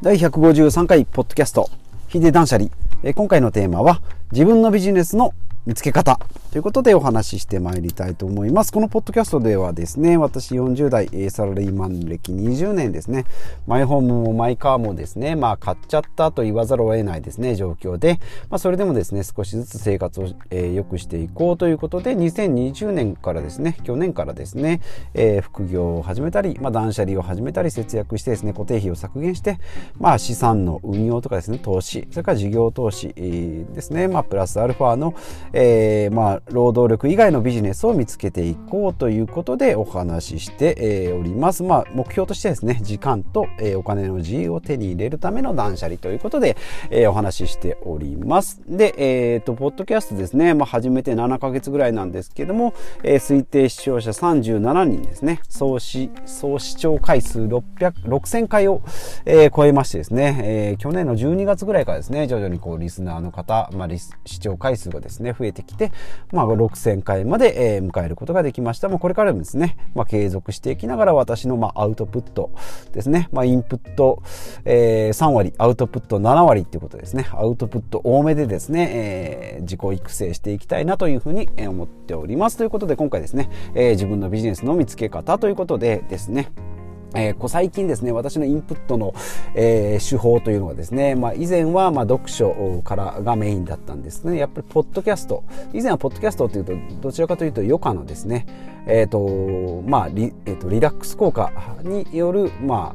第153回ポッドキャストヒデ断捨離。今回のテーマは自分のビジネスの見つけ方ということでお話ししてまいりたいと思います。このポッドキャストではですね、私40代サラリーマン歴20年ですね、マイホームもマイカーもですね、買っちゃったと言わざるを得ないですね状況で、それでもですね少しずつ生活を良くしていこうということで、2020年からですね、去年からですね、副業を始めたり、断捨離を始めたり、節約してですね、固定費を削減して、資産の運用とかですね、投資、それから事業投資ですね、プラスアルファの労働力以外のビジネスを見つけていこうということでお話しして、おります。目標としてですね、時間と、お金の自由を手に入れるための断捨離ということで、お話ししております。で、ポッドキャストですね、始めて7ヶ月ぐらいなんですけども、推定視聴者37人ですね、総視聴回数6000回を、超えましてですね、去年の12月ぐらいからですね、徐々にリスナーの方、視聴回数がですね増えてきて、6000回まで、迎えることができました。これからもですね、継続していきながら私のアウトプットですね、インプット、3割、アウトプット7割っていうことですね。アウトプット多めでですね、自己育成していきたいなというふうに思っております。ということで今回ですね、自分のビジネスの見つけ方ということでですね、最近ですね、私のインプットの、手法というのはですね、以前は読書からがメインだったんですね。やっぱりポッドキャスト、以前はポッドキャストというとどちらかというと余暇のですね、リラックス効果による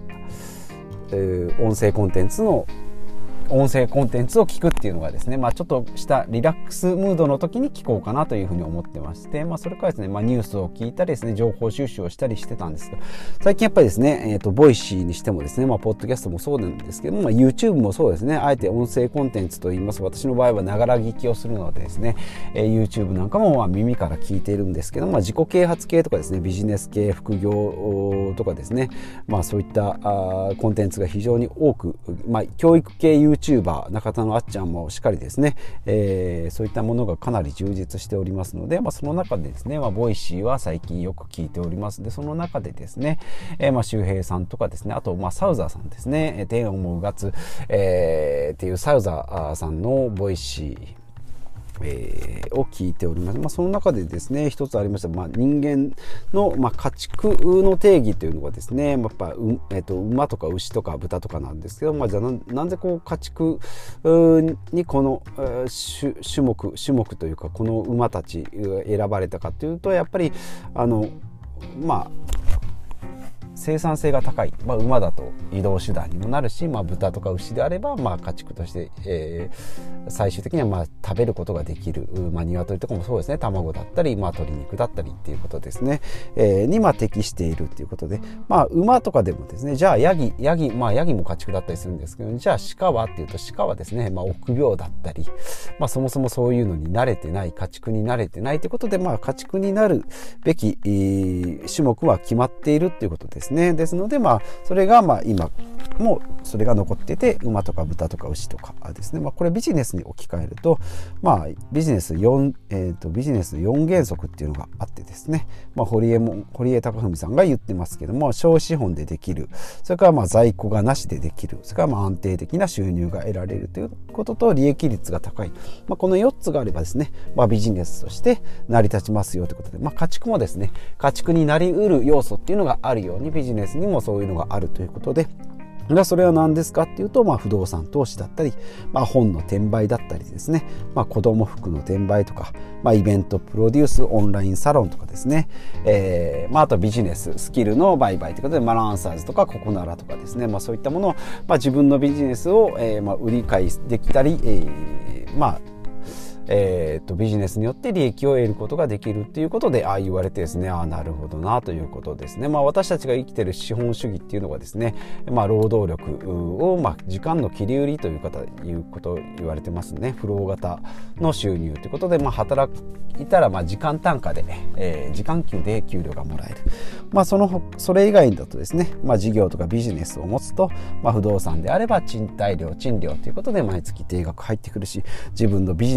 音声コンテンツを聞くっていうのがですね、ちょっとしたリラックスムードの時に聞こうかなというふうに思ってまして、それからですね、ニュースを聞いたりですね、情報収集をしたりしてたんですが、最近やっぱりですね、ボイシーにしてもですね、ポッドキャストもそうなんですけども、YouTube もそうですね、あえて音声コンテンツといいます、私の場合はながら聞きをするのでですね、YouTube なんかも耳から聞いているんですけども、自己啓発系とかですね、ビジネス系、副業とかですね、そういったコンテンツが非常に多く、教育系YouTuber 中田のあっちゃんもしっかりですね、そういったものがかなり充実しておりますので、その中でですね、ボイシーは最近よく聞いておりますで、その中でですね、周平さんとかですね、あとサウザーさんですね、天を思うがつ、っていうサウザーさんのボイシーを聞いております。その中でですね、一つありました、人間の、家畜の定義というのがですね、やっぱ馬とか牛とか豚とかなんですけど、じゃあなんで家畜にこの種目というかこの馬たち選ばれたかというと、やっぱり生産性が高い、馬だと移動手段にもなるし、豚とか牛であれば家畜として、最終的には食べることができる、鶏とかもそうですね、卵だったり、鶏肉だったりっていうことですね、に適しているっていうことで、馬とかでもですね、じゃあヤギも家畜だったりするんですけど、じゃあ鹿はっていうと、鹿はですね、臆病だったり、そもそもそういうのに慣れてない、家畜に慣れてないということで、家畜になるべき、種目は決まっているっていうことですね。ですので、それが今もそれが残っていて、馬とか豚とか牛とかですね、これビジネスに置き換えると、ビジネス4原則っていうのがあってですね、堀江貴文さんが言ってますけども、小資本でできる、それから在庫がなしでできる、それから安定的な収入が得られるということと、利益率が高い、この4つがあればですね、ビジネスとして成り立ちますよということで、家畜もですね、家畜になりうる要素っていうのがあるように、ビジネスにもそういうのがあるということで、それは何ですかっていうと、不動産投資だったり、本の転売だったりですね、子供服の転売とか、イベントプロデュース、オンラインサロンとかですね、あとビジネススキルの売買ということで、ランサーズとかココナラとかですね、そういったものを、自分のビジネスを、売り買いできたり、ビジネスによって利益を得ることができるっていうことで言われてですね、なるほどなということですね。私たちが生きている資本主義っていうのがですね、労働力を時間の切り売りということを言われてますね。フロー型の収入ということで、働いたら時間単価で、時間給で給料がもらえる。それ以外だとですね、事業とかビジネスを持つと、不動産であれば賃料ということで毎月定額入ってくるし、自分のビジネス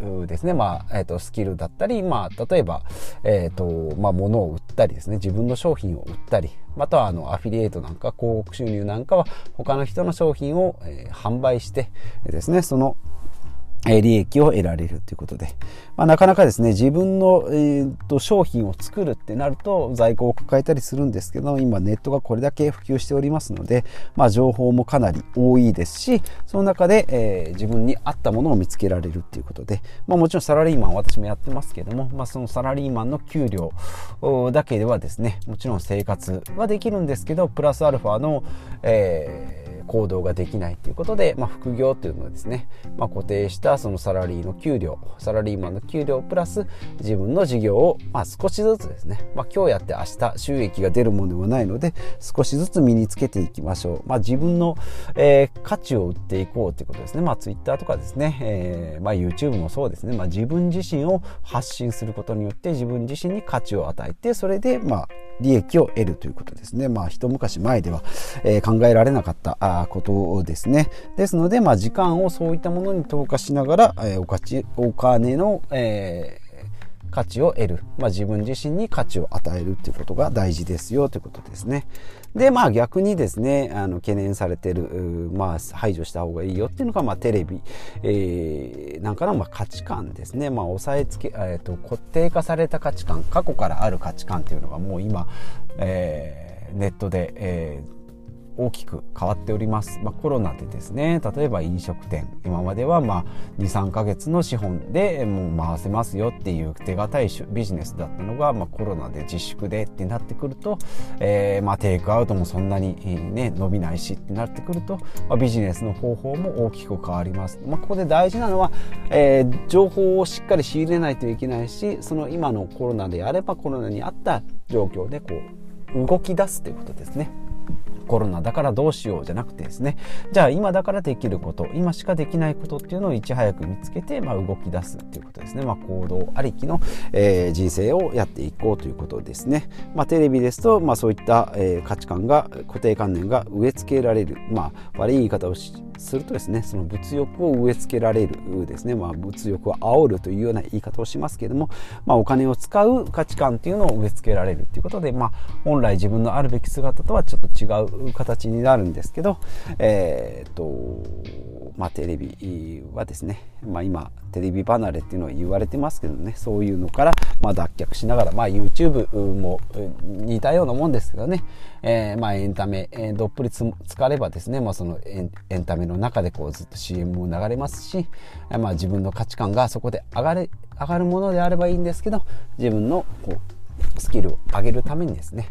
ですね、スキルだったり、例えば、物を売ったりですね、自分の商品を売ったり、またはアフィリエイトなんか広告収入なんかは他の人の商品を、販売してですね、その利益を得られるということで、なかなかですね、自分の、商品を作るってなると在庫を抱えたりするんですけど、今ネットがこれだけ普及しておりますので、情報もかなり多いですし、その中で、自分に合ったものを見つけられるっていうことで、もちろんサラリーマン私もやってますけども、そのサラリーマンの給料だけではですね、もちろん生活はできるんですけど、プラスアルファの、行動ができないということで、副業というのはですね、固定したそのサラリーマンの給料プラス自分の事業を、少しずつですね、今日やって明日収益が出るものではないので、少しずつ身につけていきましょう。自分の、価値を売っていこうということですね。ツイッターとかですね、YouTube もそうですね、自分自身を発信することによって自分自身に価値を与えて、それで利益を得るということですね。一昔前では、考えられなかったことですね。ですので、時間をそういったものに投下しながら、お金の、価値を得る、自分自身に価値を与えるということが大事ですよということですね。で、逆にですね、懸念されている、排除した方がいいよっていうのが、テレビ、なんかの価値観ですね。抑えつけ、固定化された価値観、過去からある価値観っていうのがもう今、ネットで、大きく変わっております。コロナでですね、例えば飲食店、今までは2、3ヶ月の資本でもう回せますよっていう手堅いビジネスだったのが、コロナで自粛でってなってくると、テイクアウトもそんなに、伸びないしってなってくると、ビジネスの方法も大きく変わります。ここで大事なのは、情報をしっかり仕入れないといけないし、その今のコロナであればコロナに合った状況で動き出すということですね。コロナだからどうしようじゃなくてですね、じゃあ今だからできること、今しかできないことっていうのをいち早く見つけて、動き出すっていうことですね。行動ありきの、人生をやっていこうということですね。テレビですと、そういった、価値観が、固定観念が植え付けられる、悪い言い方をするとですね、その物欲を植え付けられるですね、物欲を煽るというような言い方をしますけれども、お金を使う価値観っていうのを植え付けられるということで、本来自分のあるべき姿とはちょっと違う形になるんですけど、テレビはですね、今テレビ離れっていうのは言われてますけどね、そういうのから脱却しながら、YouTube も似たようなもんですけどね、エンタメ、どっぷり浸かればですね、そのエンタメの中でずっと CM も流れますし、自分の価値観がそこで上がるものであればいいんですけど、自分のスキルを上げるためにですね、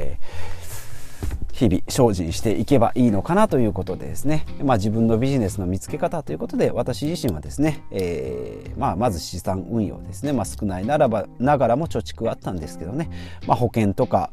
日々精進していけばいいのかなということでですね、自分のビジネスの見つけ方ということで、私自身はですね、まず資産運用ですね、少ないながらも貯蓄はあったんですけどね、保険とか、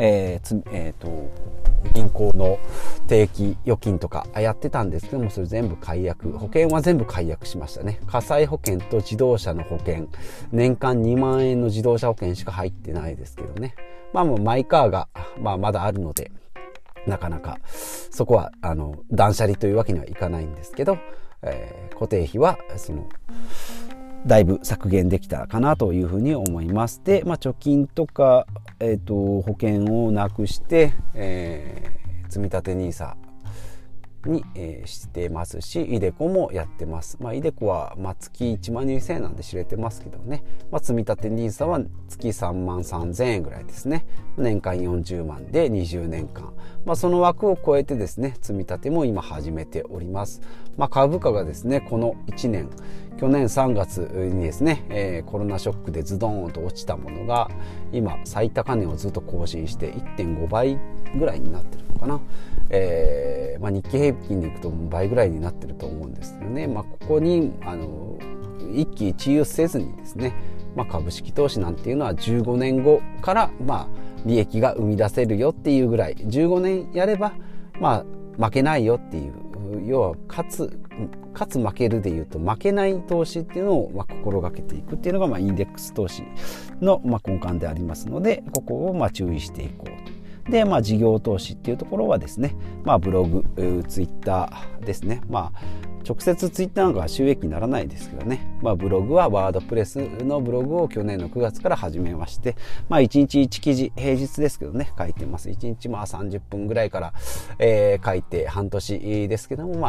銀行の定期預金とかやってたんですけども、それ全部解約、保険は全部解約しましたね。火災保険と自動車の保険、年間2万円の自動車保険しか入ってないですけどね、もうマイカーが、まだあるので、なかなかそこは断捨離というわけにはいかないんですけど、固定費はだいぶ削減できたかなというふうに思います。で、貯金とか、保険をなくして、積立 NISA に、してますし、iDeCo もやってます。iDeCo は月1万2000円なんで知れてますけどね、積立 NISA は月3万3000円ぐらいですね。年間40万で20年間、その枠を超えてですね、積み立ても今始めております。株価がですね、この1年、去年3月にですね、コロナショックでズドーンと落ちたものが今最高値をずっと更新して 1.5 倍ぐらいになってるのかな。日経平均でいくと倍ぐらいになってると思うんですけどね、ここに一喜一憂せずにですね、株式投資なんていうのは15年後から利益が生み出せるよっていうぐらい、15年やれば負けないよっていう、要は勝つ負けるでいうと負けない投資っていうのを心がけていくっていうのがインデックス投資の根幹でありますので、ここを注意していこうと。で、事業投資っていうところはですね、ブログ、ツイッターですね。直接ツイッターなんかは収益にならないですけどね、 ブログはワードプレスのブログを去年の9月から始めまして、1日1記事、平日ですけどね、書いてます。1日30分ぐらいから、書いて半年ですけども、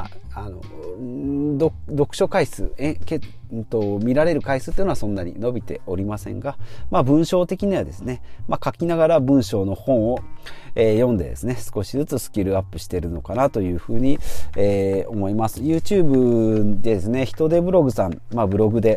読書回数、見られる回数というのはそんなに伸びておりませんが、文章的にはですね、書きながら文章の本を、読んでですね、少しずつスキルアップしているのかなというふうに、思います。YouTube でですね、人手ブログさん、ブログで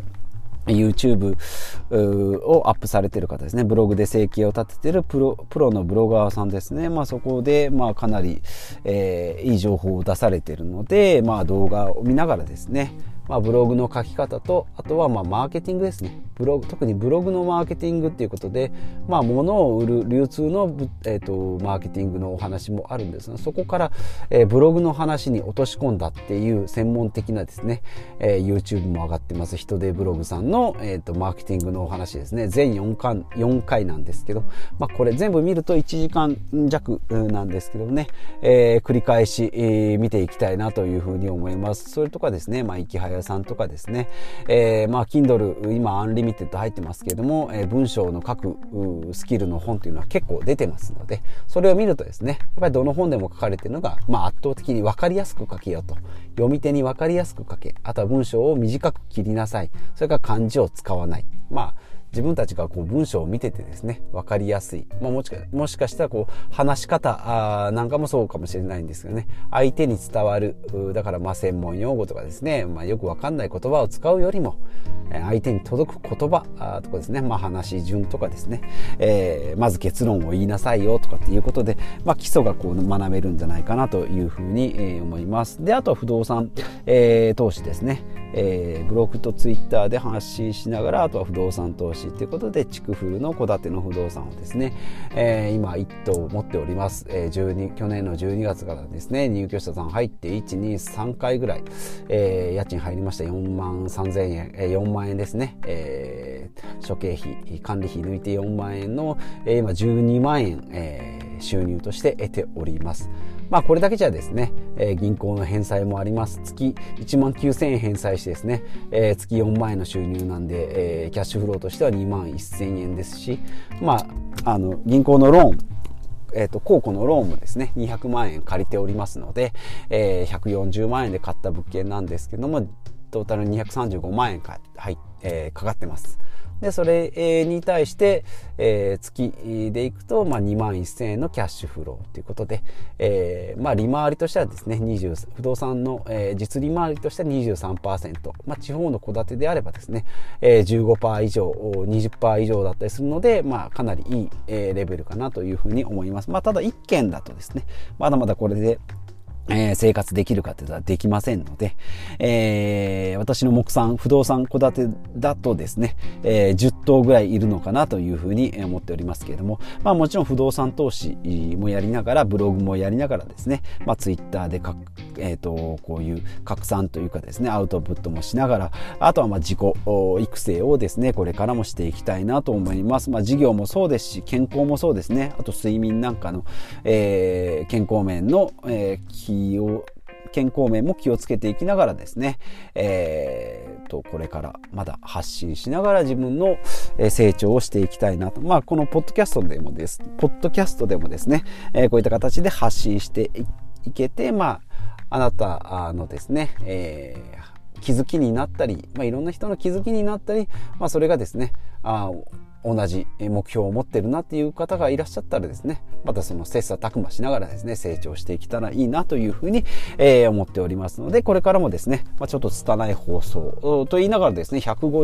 YouTube をアップされている方ですね。ブログで生計を立てているプロのブロガーさんですね。そこでかなり、いい情報を出されているので、動画を見ながらですね、ブログの書き方と、あとはマーケティングですね。特にブログのマーケティングっていうことで、物を売る流通の、マーケティングのお話もあるんですが、そこから、ブログの話に落とし込んだっていう専門的なですね、YouTube も上がってます。人手ブログさんの、マーケティングのお話ですね。全4回なんですけど、これ全部見ると1時間弱なんですけどね、繰り返し、見ていきたいなというふうに思います。それとかですね、池早さんとかですね、Kindle 今アンリミテッド入ってますけれども、文章の書くスキルの本というのは結構出てますので、それを見るとですね、やっぱりどの本でも書かれているのが、圧倒的に分かりやすく書けよと、読み手に分かりやすく書け、あとは文章を短く切りなさい、それから漢字を使わない、自分たちが文章を見ててですね、分かりやすい、もしかしたら話し方なんかもそうかもしれないんですけどね、相手に伝わる、だから専門用語とかですね、よく分かんない言葉を使うよりも相手に届く言葉とかですね、話順とかですね、まず結論を言いなさいよとかっていうことで、基礎が学べるんじゃないかなというふうに思います。で、あとは不動産、投資ですね、ブログとツイッターで発信しながら、あとは不動産投資ということで、築古の戸建ての不動産をですね、今1棟持っております。去年の12月からですね、入居者さん入って1、2、3回ぐらい、家賃入りました。4万3000円、4万円ですね、諸経費、管理費抜いて4万円の、今12万円、収入として得ております。これだけじゃですね、銀行の返済もあります。月1万9000円返済してですね、月4万円の収入なんで、キャッシュフローとしては2万1000円ですし、銀行のローン、公庫のローンもですね、200万円借りておりますので、140万円で買った物件なんですけども、トータル235万円かかってます。で、それに対して、月でいくと、2万1000円のキャッシュフローということで、利回りとしてはですね、不動産の、実利回りとしては 23%、地方の戸建てであればですね、15% 以上、20% 以上だったりするので、かなりいい、レベルかなというふうに思います。ただ1軒だとですね、まだまだこれで、生活できるかというのはできませんので、私の目算、不動産戸建てだとですね、10棟ぐらいいるのかなというふうに思っておりますけれども、もちろん不動産投資もやりながら、ブログもやりながらですね、ツイッターでこういう拡散というかですね、アウトプットもしながら、あとは自己育成をですね、これからもしていきたいなと思います。事業もそうですし、健康もそうですね、あと睡眠なんかの、健康面の、健康面も気をつけていきながらですね、これからまだ発信しながら自分の成長をしていきたいなと。このポッドキャストでもですね、こういった形で発信していけて、あなたのですね、気づきになったり、いろんな人の気づきになったり、それがですね、同じ目標を持ってるなっていう方がいらっしゃったらですね、またその切磋琢磨しながらですね、成長していけたらいいなというふうに、思っておりますので、これからもですね、ちょっと拙い放送と言いながらですね、今回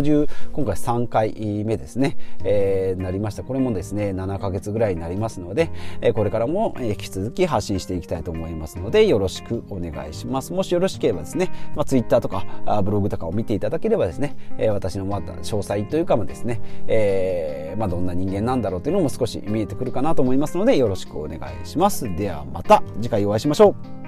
3回目ですね、なりました。これもですね、7ヶ月ぐらいになりますので、これからも引き続き発信していきたいと思いますので、よろしくお願いします。もしよろしければですね、Twitter とかブログとかを見ていただければですね、私のまた詳細というかもですね、どんな人間なんだろうというのも少し見えてくるかなと思いますので、よろしくお願いします。ではまた次回お会いしましょう。